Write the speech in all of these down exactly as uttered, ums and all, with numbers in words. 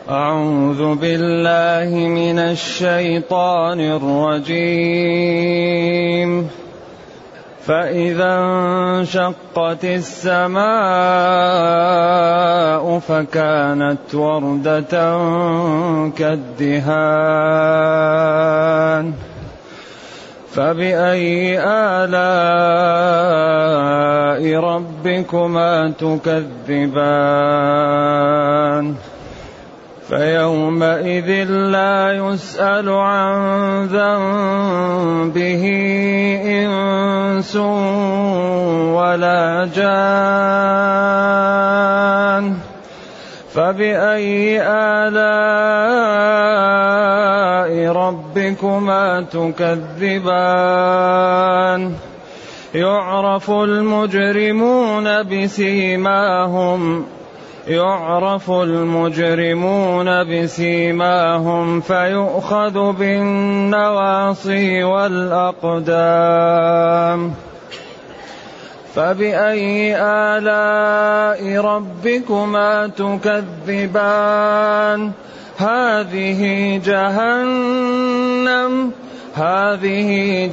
أعوذ بالله من الشيطان الرجيم. فإذا انشقت السماء فكانت وردة كالدهان فبأي آلاء ربكما تكذبان فيومئذ لا يسأل عن ذنبه إنس ولا جان فبأي آلاء ربكما تكذبان يعرف المجرمون بسيماهم يعرف المجرمون بسيماهم فيؤخذ بالنواصي والأقدام فبأي آلاء ربكما تكذبان هذه جهنم هذه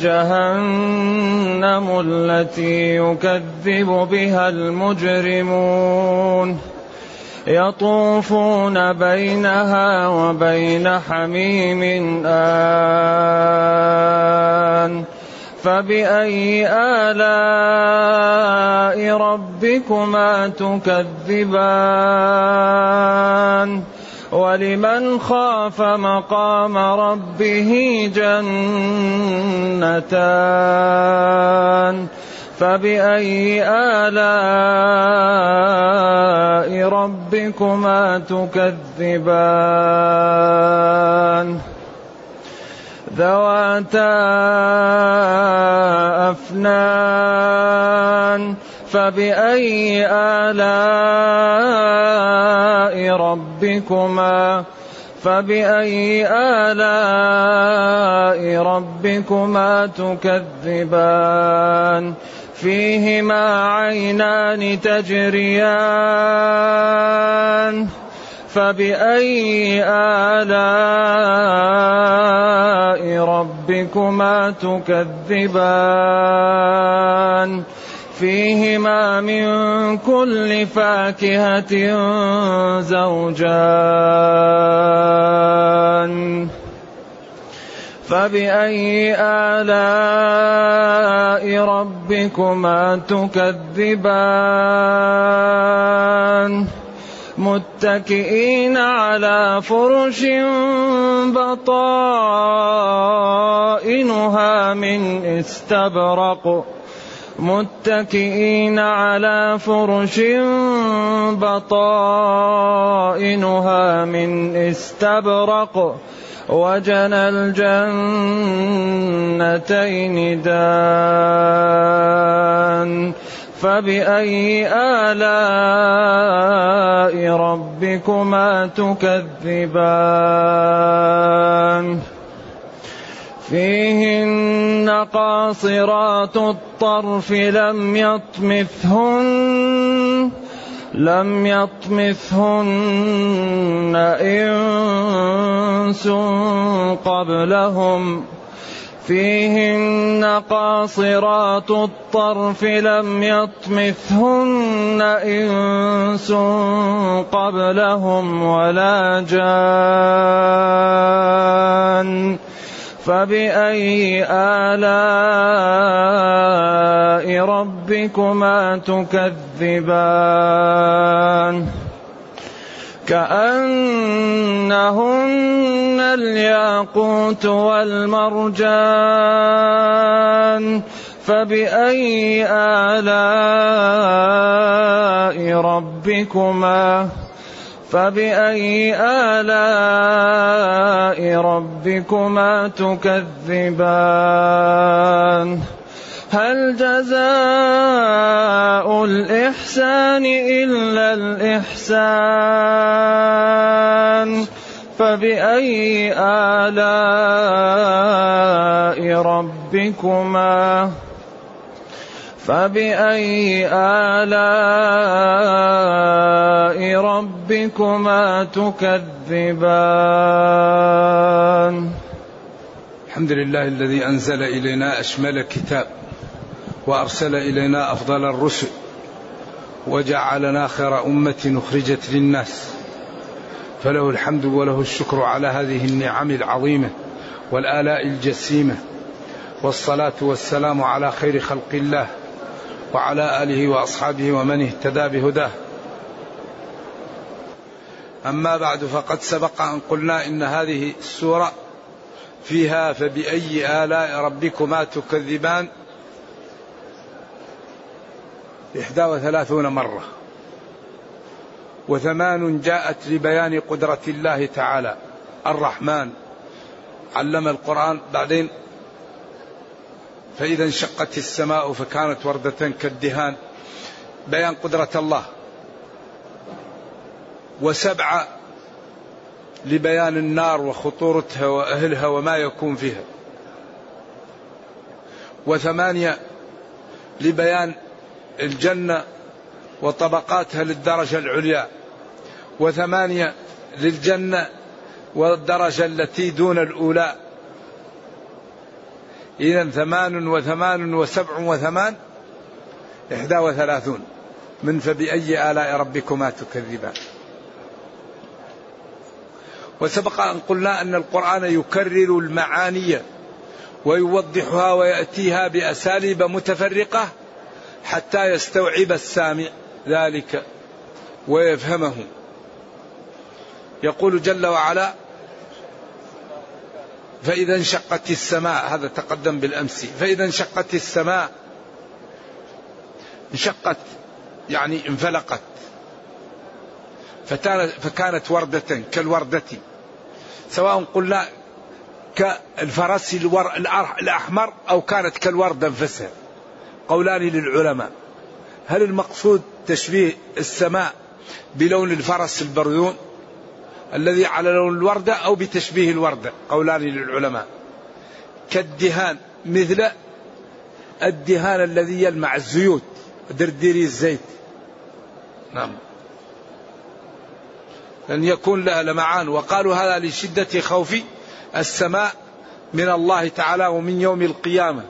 جهنم التي يكذب بها المجرمون يطوفون بينها وبين حميم آن فبأي آلاء ربكما تكذبان ولمن خاف مقام ربه جنتان فبأي آلاء ربكما تكذبان ذواتا أفنان فبأي آلاء ربكما فبأي آلاء ربكما تكذبان فيهما عينان تجريان فبأي آلاء ربكما تكذبان فيهما من كل فاكهة زوجان فبأي آلاء ربكما تكذبان متكئين على فرش بطائنها من استبرق متكئين على فرش بطائنها من استبرق وجنى الجنتين دان فبأي آلاء ربكما تكذبان فيهن قاصرات الطرف لم يطمثهن لم يطمثهن إنس قبلهم فيهن قاصرات الطرف لم يطمثهن إنس قبلهم ولا جان فبأي آلاء ربكما تكذبان كأنهن الياقوت والمرجان فبأي آلاء ربكما فبأي آلاء ربكما تكذبان هل جزاء الإحسان إلا الإحسان فبأي آلاء ربكما فبأي آلاء ربكما تكذبان. الحمد لله الذي أنزل إلينا أشمل كتاب وأرسل إلينا أفضل الرسل وجعلنا خير أمة أخرجت للناس، فله الحمد وله الشكر على هذه النعم العظيمة والآلاء الجسيمة، والصلاة والسلام على خير خلق الله وعلى آله وأصحابه ومن اهتدى بهداه. أما بعد، فقد سبق أن قلنا إن هذه السورة فيها فبأي آلاء ربكما تكذبان إحدى وثلاثون مرة، وثمان جاءت لبيان قدرة الله تعالى الرحمن علم القرآن. بعدين فإذا انشقت السماء فكانت وردة كالدهان، بيان قدرة الله. وسبعة لبيان النار وخطورتها وأهلها وما يكون فيها. وثمانية لبيان الجنة وطبقاتها للدرجة العليا. وثمانية للجنة والدرجة التي دون الأولى. إذن ثمان وثمان وسبع وثمان إحدى وثلاثون من فبأي آلاء ربكما تكذبان. وسبق أن قلنا أن القرآن يكرر المعاني ويوضحها ويأتيها بأساليب متفرقة حتى يستوعب السامع ذلك ويفهمه. يقول جل وعلا: فإذا انشقت السماء، هذا تقدم بالأمس، فإذا انشقت السماء، انشقت يعني انفلقت، فكانت وردة كالوردة، سواء قلنا كالفرس الأحمر أو كانت كالوردة انفسها. قولان للعلماء: هل المقصود تشبيه السماء بلون الفرس البرذون الذي على لون الوردة أو بتشبيه الوردة؟ قولان للعلماء. كالدهان، مثل الدهان الذي يلمع الزيوت، درديري الزيت، نعم، لن يكون لها لمعان. وقالوا هذا لشدة خوف السماء من الله تعالى ومن يوم القيامة.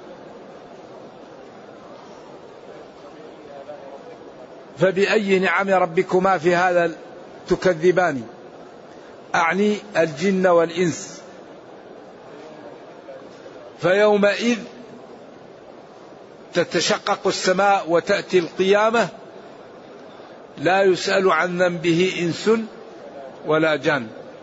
فبأي نعم ربكما في هذا تكذبان، أعني الجن والإنس. فيومئذ تتشقق السماء وتأتي القيامة لا يسأل عن ذنبه إنس ولا جان.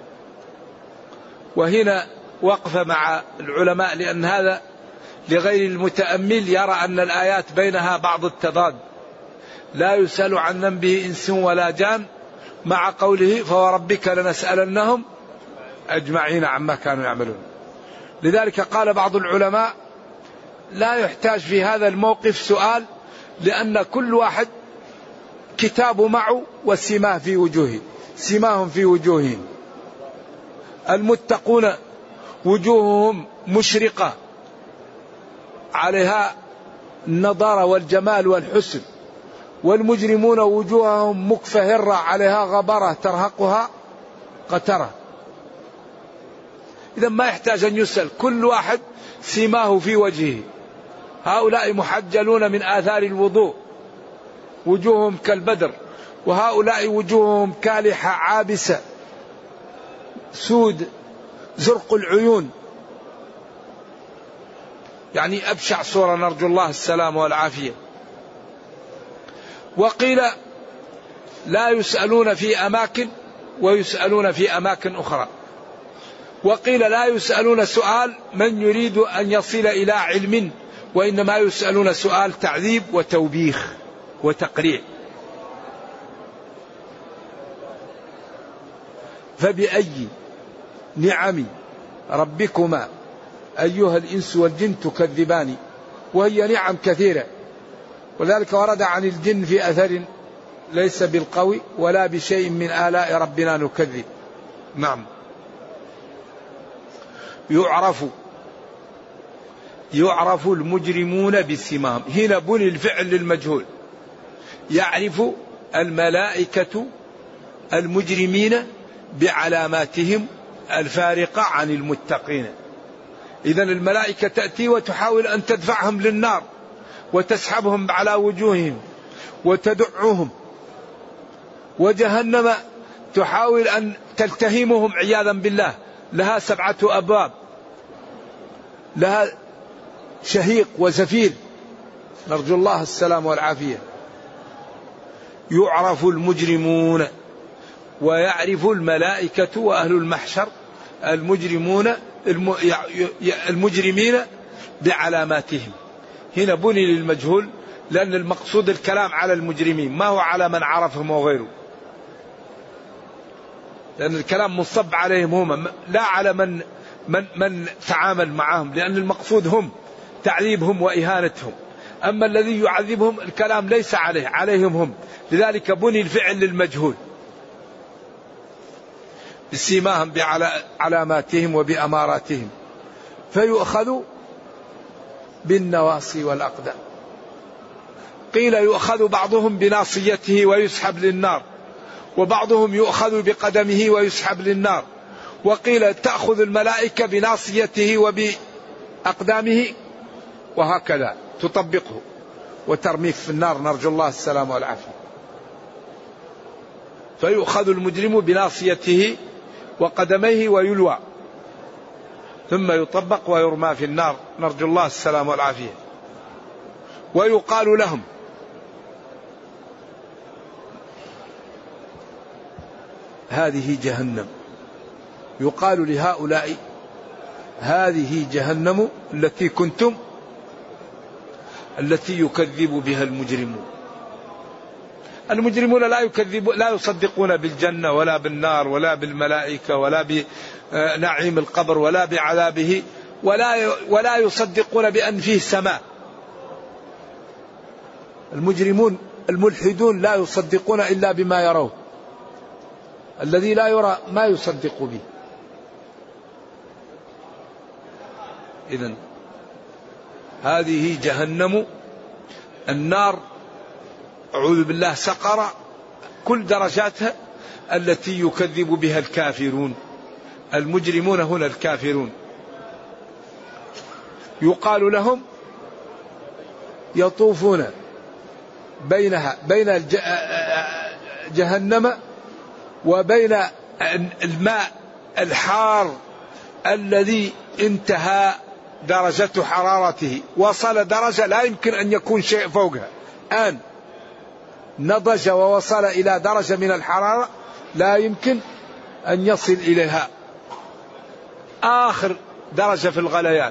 وهنا وقف مع العلماء، لأن هذا لغير المتأمل يرى أن الآيات بينها بعض التضاد. لا يسأل عن ذنبه إنس ولا جان، مع قوله: فوربك لنسألنهم أجمعين عما كانوا يعملون. لذلك قال بعض العلماء: لا يحتاج في هذا الموقف سؤال، لأن كل واحد كتابه معه والسماه في وجوهه، سماهم في وجوههم. المتقون وجوههم مشرقة عليها النضارة والجمال والحسن، والمجرمون وجوههم مكفهرة عليها غبرة ترهقها قترة. إذا ما يحتاج أن يسأل، كل واحد سماه في وجهه. هؤلاء محجلون من آثار الوضوء وجوههم كالبدر، وهؤلاء وجوههم كالحة عابسة سود زرق العيون، يعني أبشع صورة، نرجو الله السلام والعافية. وقيل لا يسألون في أماكن ويسألون في أماكن أخرى. وقيل لا يسألون سؤال من يريد أن يصل إلى علم، وإنما يسألون سؤال تعذيب وتوبيخ وتقريع. فبأي نعم ربكما أيها الإنس والجن تكذبان، وهي نعم كثيرة. وذلك ورد عن الجن في أثر: ليس بالقوي ولا بشيء من آلاء ربنا نكذب. نعم. يعرف يعرف المجرمون بسيماهم. هنا بني الفعل للمجهول. يعرف الملائكة المجرمين بعلاماتهم الفارقة عن المتقين. إذن الملائكة تأتي وتحاول أن تدفعهم للنار وتسحبهم على وجوههم وتدعهم، وجهنم تحاول أن تلتهمهم عياذا بالله، لها سبعة أبواب، لها شهيق وزفير، نرجو الله السلام والعافية. يعرف المجرمون ويعرف الملائكة وأهل المحشر المجرمون المجرمين بعلاماتهم. هنا بني للمجهول لأن المقصود الكلام على المجرمين، ما هو على من عرفهم وغيره، لأن الكلام مصب عليهم هم، لا على من من من تعامل معهم، لأن المقصود هم تعذيبهم وإهانتهم. أما الذي يعذبهم الكلام ليس عليه، عليهم هم. لذلك بني الفعل للمجهول بسيماهم بعلاماتهم وبأماراتهم، فيؤخذ بالنواصي والأقدام. قيل يؤخذ بعضهم بناصيته ويسحب للنار، وبعضهم يؤخذ بقدمه ويسحب للنار، وقيل تأخذ الملائكة بناصيته وبأقدامه وهكذا تطبقه وترميك في النار، نرجو الله السلام والعافية. فيؤخذ المجرم بناصيته وقدميه ويلوى ثم يطبق ويرمى في النار، نرجو الله السلام والعافية. ويقال لهم هذه جهنم، يقال لهؤلاء هذه جهنم التي كنتم التي يكذب بها المجرمون. المجرمون لا يكذبوا لا يصدقون بالجنة ولا بالنار ولا بالملائكة ولا بنعيم القبر ولا بعذابه، ولا ولا يصدقون بأن فيه سماء. المجرمون الملحدون لا يصدقون إلا بما يروه، الذي لا يرى ما يصدق به. إذن هذه جهنم النار، أعوذ بالله، سقر، كل درجاتها التي يكذب بها الكافرون. المجرمون هنا الكافرون. يقال لهم يطوفون بينها بين جهنم وبين الماء الحار الذي انتهى درجة حرارته، وصل درجة لا يمكن أن يكون شيء فوقها. آن نضج ووصل إلى درجة من الحرارة لا يمكن أن يصل إليها، آخر درجة في الغليان.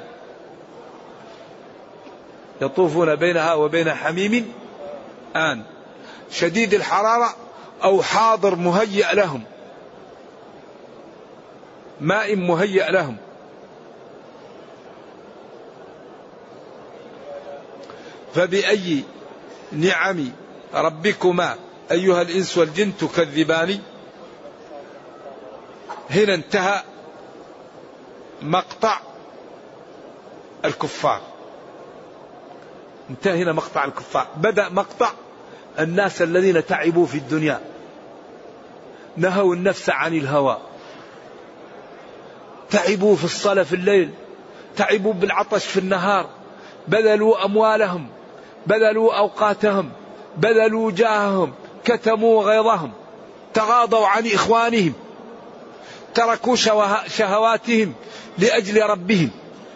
يطوفون بينها وبين حميم آن شديد الحرارة أو حاضر مهيأ لهم، ماء مهيأ لهم. فبأي نعم ربكما أيها الإنس والجن تكذبان. هنا انتهى مقطع الكفار، انتهى هنا مقطع الكفار. بدأ مقطع الناس الذين تعبوا في الدنيا، نهوا النفس عن الهوى، تعبوا في الصلاة في الليل، تعبوا بالعطش في النهار، بذلوا أموالهم، بذلوا أوقاتهم، بذلوا جاههم، كتموا غيظهم، تغاضوا عن إخوانهم، تركوا شهواتهم لأجل ربهم.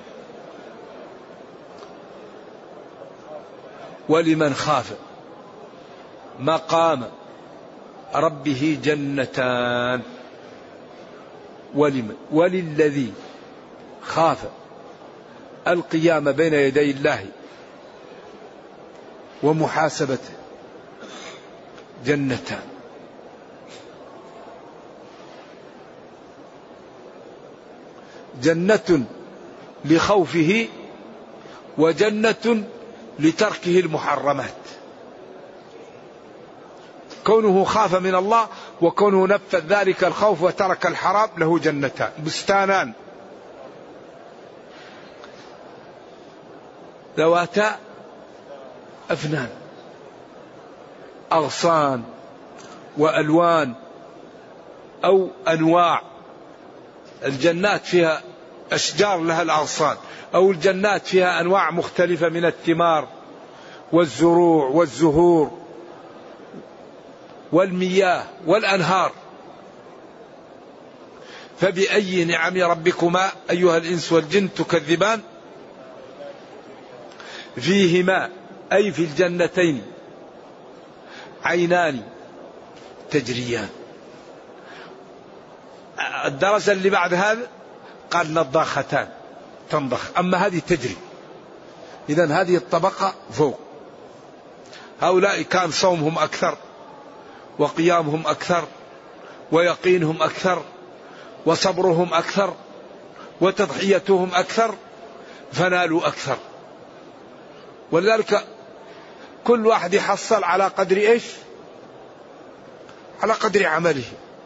ولمن خاف مقام ربه جنتان. ولمن وللذي خاف القيام بين يدي الله ومحاسبته جنتان. جنة لخوفه وجنة لتركه المحرمات. كونه خاف من الله وكونه نفذ ذلك الخوف وترك الحرام له جنتان، بستانان. ذواتا أفنان، أغصان وألوان أو أنواع. الجنات فيها أشجار لها الأغصان، أو الجنات فيها أنواع مختلفة من الثمار والزروع والزهور والمياه والأنهار. فبأي نعم ربكما أيها الإنس والجن تكذبان؟ فيهما أي في الجنتين عينان تجريان. الدرجة اللي بعد هذا قال نضاختان تنضخ، أما هذه تجري. إذن هذه الطبقة فوق. هؤلاء كان صومهم أكثر وقيامهم أكثر ويقينهم أكثر وصبرهم أكثر وتضحيتهم أكثر فنالوا أكثر. ولذلك كل واحد يحصل على قدر إيش؟ على قدر عمله.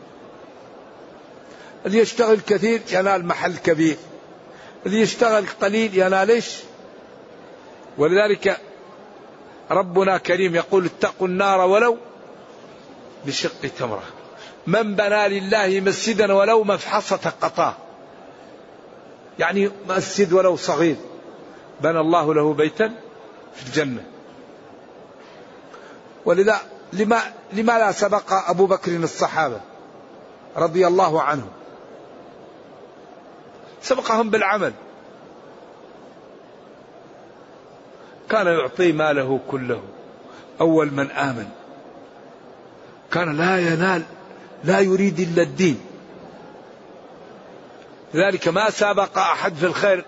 اللي يشتغل كثير ينال محل كبير، اللي يشتغل قليل ينال إيش؟ ولذلك ربنا كريم يقول اتقوا النار ولو بشق تمرة. من بنى لله مسجدا ولو مفحصة قطاه، يعني مسجد ولو صغير بنى الله له بيتا في الجنة. ولذا لما, لما لا سبق أبو بكر الصحابة رضي الله عنهم؟ سبقهم بالعمل. كان يعطي ماله كله أول من آمن، كان لا ينال لا يريد إلا الدين. لذلك ما سابق أحد في الخير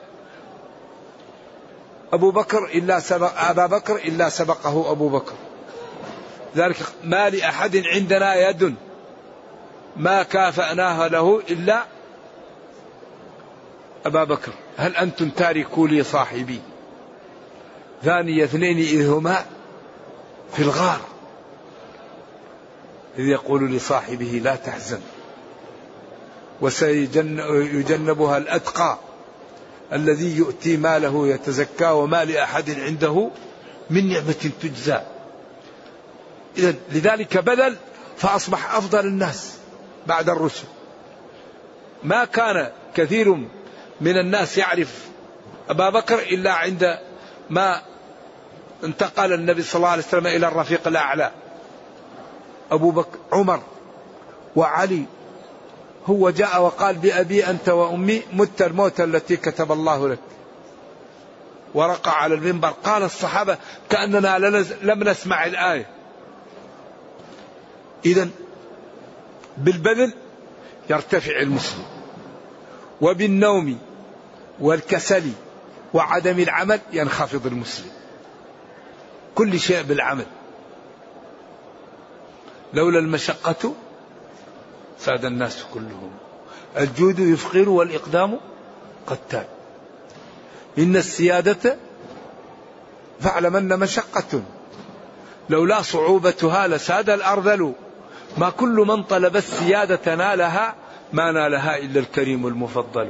أبو بكر إلا سبق أبا بكر إلا سبقه أبو بكر. ذلك ما لأحد عندنا يد ما كافأناها له إلا أبا بكر. هل أنتم تاركوا لي صاحبي ثاني اثنين إذ هما في الغار إذ يقول لصاحبه لا تحزن وسيجنبها الأتقى الذي يؤتي ماله يتزكى وما لأحد عنده من نعمة تجزى. إذن لذلك بذل فأصبح أفضل الناس بعد الرسل. ما كان كثير من الناس يعرف أبا بكر إلا عند ما انتقل النبي صلى الله عليه وسلم إلى الرفيق الأعلى. أبو بكر عمر وعلي، هو جاء وقال بأبي أنت وأمي مت الموت التي كتب الله لك، ورقع على المنبر. قال الصحابة كأننا لم نسمع الآية. إذن بالبذل يرتفع المسلم، وبالنوم والكسل وعدم العمل ينخفض المسلم. كل شيء بالعمل. لولا المشقة ساد الناس كلهم. الجود يفقر والإقدام قتال. إن السيادة فاعلم أن مشقة لولا صعوبتها لساد الأرذل. ما كل من طلب السيادة نالها، ما نالها إلا الكريم المفضل.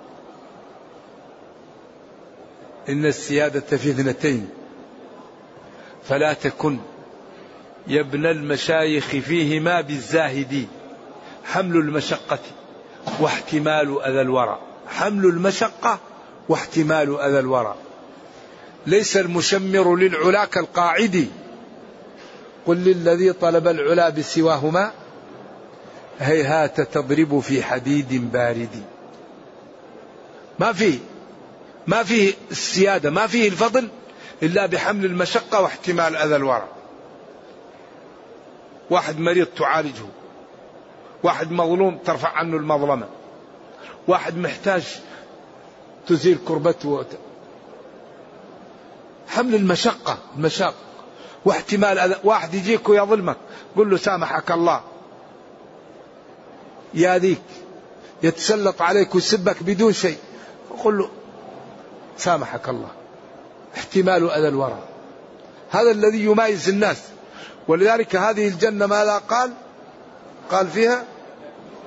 إن السيادة في اثنتين فلا تكن يا ابن المشايخ فيهما بالزاهدين. حمل المشقة واحتمال أذى الورى. حمل المشقة واحتمال أذى الورى. ليس المشمر للعلا كالقاعد، قل للذي طلب العلا بسواهما هيهات تضرب في حديد بارد. ما فيه ما فيه السيادة، ما فيه الفضل إلا بحمل المشقة واحتمال أذى الورى. واحد مريض تعالجه، واحد مظلوم ترفع عنه المظلمة، واحد محتاج تزيل كربته. حمل المشقة المشاق واحتمال أذى. واحد يجيك ويظلمك قل له سامحك الله، يا ذيك يتسلط عليك ويسبك بدون شيء قل له سامحك الله. احتمال أذى الورى هذا الذي يميز الناس. ولذلك هذه الجنة ماذا قال؟ قال فيها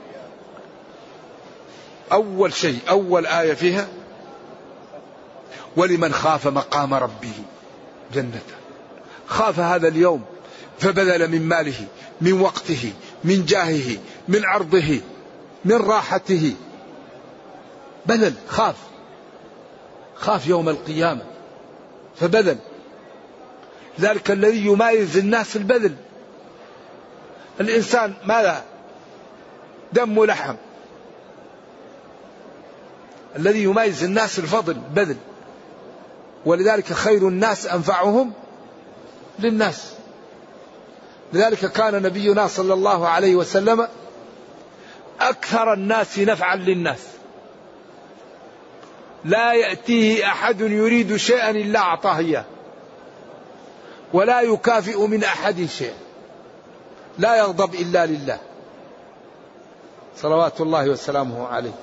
أول شيء أول آية فيها ولمن خاف مقام ربه جنة. خاف هذا اليوم فبذل من ماله، من وقته، من جاهه، من عرضه، من راحته، بذل، خاف خاف يوم القيامة فبذل. ذلك الذي يميز الناس البذل. الإنسان ماذا؟ دم ولحم. الذي يميز الناس الفضل بذل، ولذلك خير الناس أنفعهم للناس. لذلك كان نبينا صلى الله عليه وسلم أكثر الناس نفعا للناس، لا يأتيه أحد يريد شيئا إلا أعطاه إياه، ولا يكافئ من أحد شيئا، لا يغضب إلا لله صلوات الله وسلامه عليه.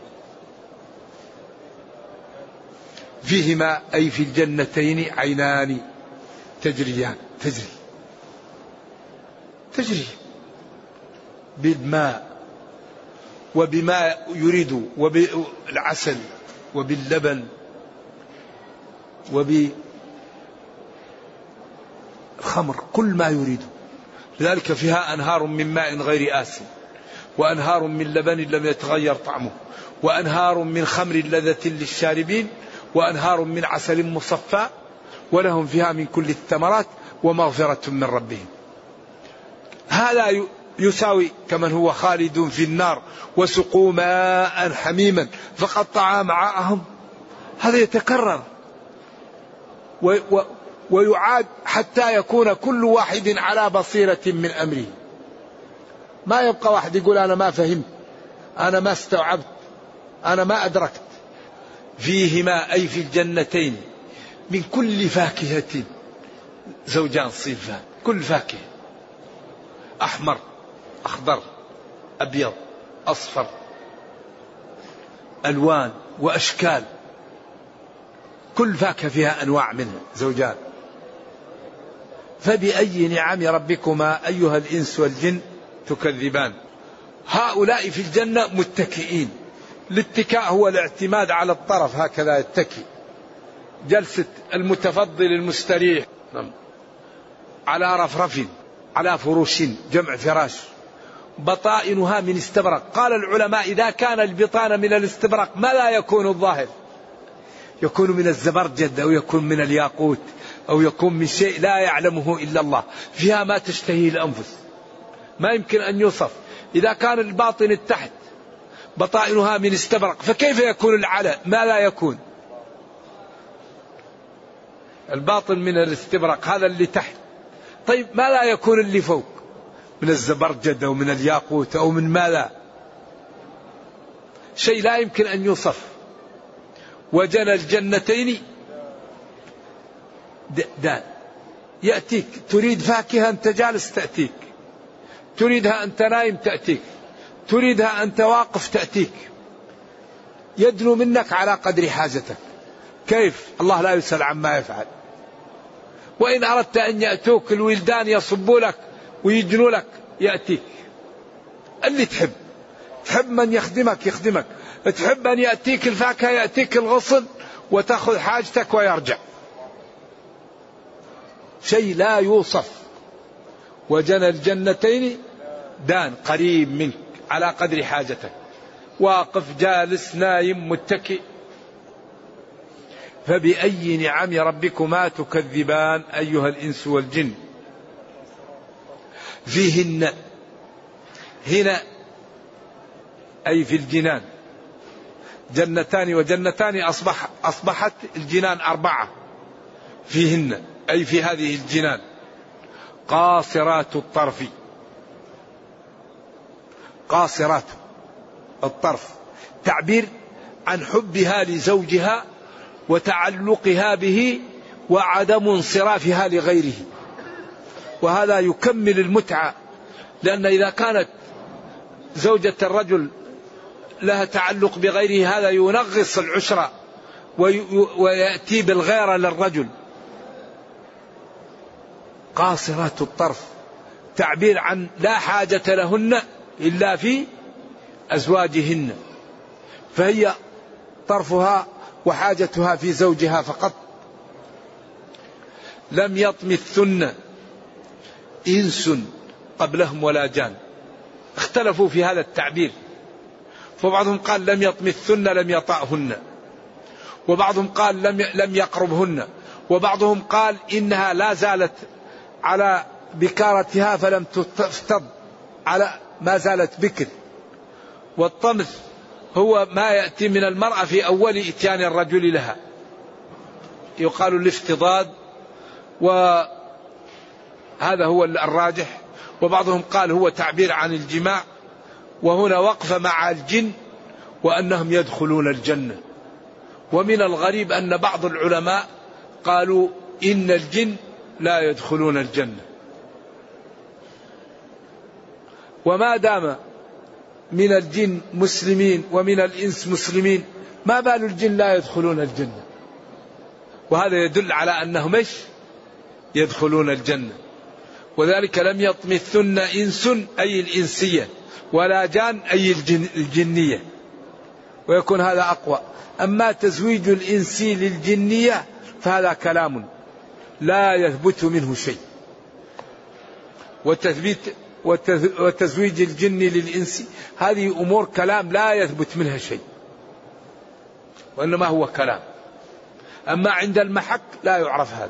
فيهما أي في الجنتين عينان تجريان، تجري تجري بالماء وبما يريد، وبالعسل وباللبن وبالخمر، كل ما يريد. لذلك فيها أنهار من ماء غير آسن، وأنهار من لبن لم يتغير طعمه، وأنهار من خمر لذة للشاربين، وأنهار من عسل مصفى، ولهم فيها من كل الثمرات ومغفرة من ربهم. هذا يساوي كمن هو خالد في النار وسقوا ماء حميما فقطع أمعاءهم. هذا يتكرر ويعاد حتى يكون كل واحد على بصيرة من أمره. ما يبقى واحد يقول أنا ما فهمت، أنا ما استوعبت، أنا ما أدركت. فيهما أي في الجنتين من كل فاكهة زوجان صنفان، كل فاكهة، أحمر، أخضر، أبيض، أصفر، ألوان وأشكال، كل فاكهة فيها أنواع منها زوجان. فبأي نعم ربكما أيها الإنس والجن تكذبان. هؤلاء في الجنة متكئين. الاتكاء هو الاعتماد على الطرف، هكذا يتكي، جلسة المتفضل المستريح على رفرف، على فروش، جمع فراش، بطائنها من استبرق. قال العلماء إذا كان البطانة من الاستبرق ما لا يكون الظاهر؟ يكون من الزبرجد أو يكون من الياقوت أو يكون من شيء لا يعلمه إلا الله. فيها ما تشتهي الأنفس، ما يمكن أن يوصف. إذا كان الباطن التحت بطائنها من استبرق، فكيف يكون العلى؟ ما لا يكون. الباطن من الاستبرق هذا اللي تحت، طيب ما لا يكون اللي فوق من الزبرجد أو من الياقوت أو من ماذا؟ شيء لا يمكن أن يوصف. وجنى الجنتين دان، يأتيك تريد فاكهة أنت جالس تأتيك، تريدها أنت نايم تأتيك، تريدها أنت واقف تأتيك، يدنو منك على قدر حاجتك. كيف؟ الله لا يسأل عما يفعل. وإن أردت أن يأتوك الولدان يصبوا لك ويجنوا لك يأتيك اللي تحب. تحب من يخدمك يخدمك، تحب أن يأتيك الفاكهة يأتيك الغصن وتأخذ حاجتك ويرجع. شيء لا يوصف. وجنى الجنتين دان، قريب منك على قدر حاجتك، واقف، جالس، نايم، متكئ. فبأي نعم ربكما تكذبان أيها الإنس والجن. فيهن، هنا أي في الجنان، جنتان وجنتان، أصبح أصبحت الجنان أربعة. فيهن أي في هذه الجنان قاصرات الطرف، قاصرات الطرف تعبير عن حبها لزوجها وتعلقها به وعدم انصرافها لغيره. وهذا يكمل المتعة، لأن إذا كانت زوجة الرجل لها تعلق بغيره هذا ينغص العشرة ويأتي بالغيرة للرجل. قاصرات الطرف تعبير عن لا حاجة لهن إلا في أزواجهن، فهي طرفها وحاجتها في زوجها فقط. لم يطمثن إنس قبلهم ولا جان. اختلفوا في هذا التعبير، فبعضهم قال لم يطمثن لم يطأهن، وبعضهم قال لم لم يقربهن، وبعضهم قال إنها لا زالت على بكارتها فلم تفتض، على ما زالت بكر. والطمث هو ما يأتي من المرأة في أول إتيان الرجل لها، يقال الافتضاد، وهذا هو الراجح. وبعضهم قال هو تعبير عن الجماع، وهنا وقف مع الجن وأنهم يدخلون الجنة. ومن الغريب أن بعض العلماء قالوا إن الجن لا يدخلون الجنة. وما دام من الجن مسلمين ومن الإنس مسلمين، ما بال الجن لا يدخلون الجنة؟ وهذا يدل على أنهم إيش؟ يدخلون الجنة. وذلك لم يطمثن إنس أي الإنسية، ولا جان أي الجن الجنية، ويكون هذا أقوى. أما تزويج الإنسي للجنية فهذا كلام لا يثبت منه شيء، وتثبيت وتزويج الجن للإنس هذه أمور كلام لا يثبت منها شيء، وإنما هو كلام. أما عند المحك لا يعرف هذا.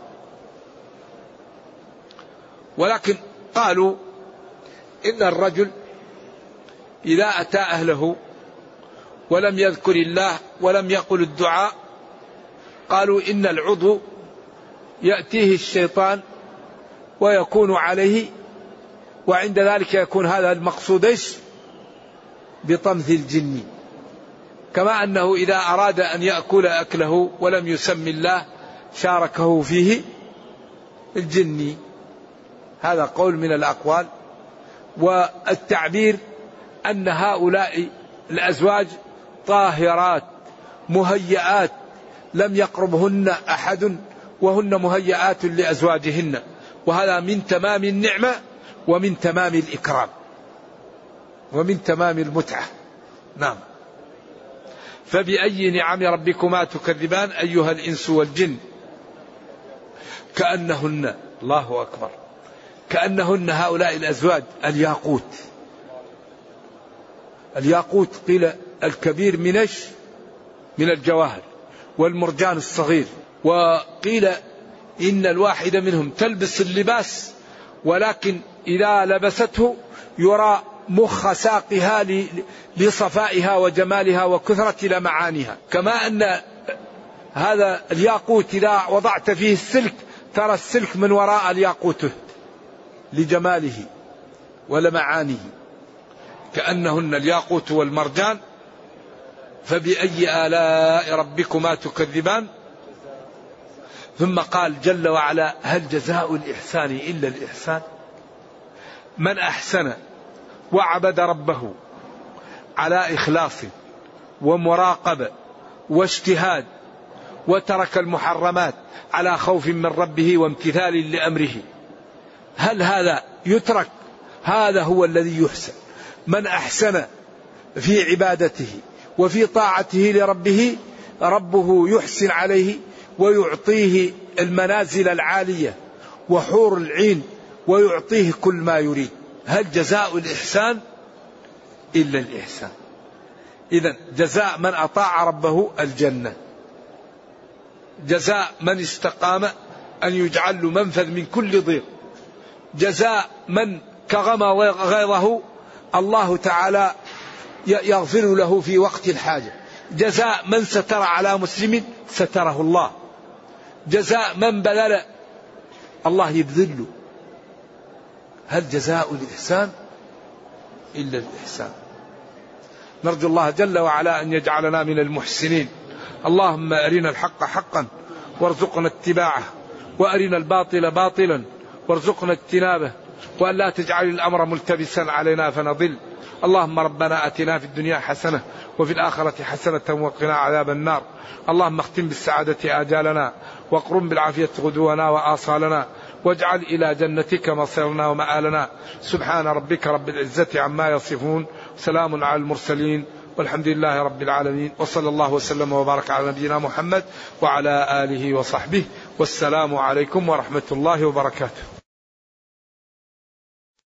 ولكن قالوا إن الرجل إذا أتى أهله ولم يذكر الله ولم يقل الدعاء، قالوا إن العضو يأتيه الشيطان ويكون عليه، وعند ذلك يكون هذا المقصود إيش؟ بطمث الجن. كما أنه إذا أراد أن يأكل أكله ولم يسم الله شاركه فيه الجن. هذا قول من الأقوال. والتعبير أن هؤلاء الأزواج طاهرات مهيئات لم يقربهن أحد، وهن مهيئات لأزواجهن، وهذا من تمام النعمة ومن تمام الإكرام ومن تمام المتعة. نعم. فبأي نعم ربكما تكذبان أيها الإنس والجن كأنهن، الله أكبر، كأنهن هؤلاء الأزواج الياقوت. الياقوت قيل الكبير من ايش؟ من الجواهر، والمرجان الصغير. وقيل إن الواحدة منهم تلبس اللباس، ولكن إذا لبسته يرى مخ ساقها لصفائها وجمالها وكثرة لمعانها. كما أن هذا الياقوت إذا وضعت فيه السلك ترى السلك من وراء الياقوت لجماله ولمعانه، كأنهن الياقوت والمرجان. فبأي آلاء ربكما تكذبان. ثم قال جل وعلا هل جزاء الإحسان إلا الإحسان. من أحسن وعبد ربه على إخلاص ومراقبة واجتهاد، وترك المحرمات على خوف من ربه وامتثال لأمره، هل هذا يترك؟ هذا هو الذي يحسن. من أحسن في عبادته وفي طاعته لربه، ربه يحسن عليه ويعطيه المنازل العالية وحور العين، ويعطيه كل ما يريد. هل جزاء الإحسان إلا الإحسان. إذن جزاء من أطاع ربه الجنة، جزاء من استقام أن يجعل له منفذ من كل ضيق، جزاء من كغم غيظه الله تعالى يغفر له في وقت الحاجة، جزاء من ستر على مسلم ستره الله، جزاء من بذل الله يبذله. هل جزاء الإحسان إلا الإحسان. نرجو الله جل وعلا أن يجعلنا من المحسنين. اللهم أرنا الحق حقا وارزقنا اتباعه، وأرنا الباطل باطلا وارزقنا اجتنابه، وأن لا تجعل الأمر ملتبسا علينا فنضل. اللهم ربنا أتنا في الدنيا حسنة وفي الآخرة حسنة وقنا عذاب النار. اللهم اختم بالسعادة آجالنا، واقرم بالعافية غدونا وآصالنا، واجعل إلى جنتك مصيرنا ومآلنا. سبحان ربك رب العزة عما يصفون، سلام على المرسلين، والحمد لله رب العالمين، وصلى الله وسلم وبارك على نبينا محمد وعلى آله وصحبه، والسلام عليكم ورحمة الله وبركاته.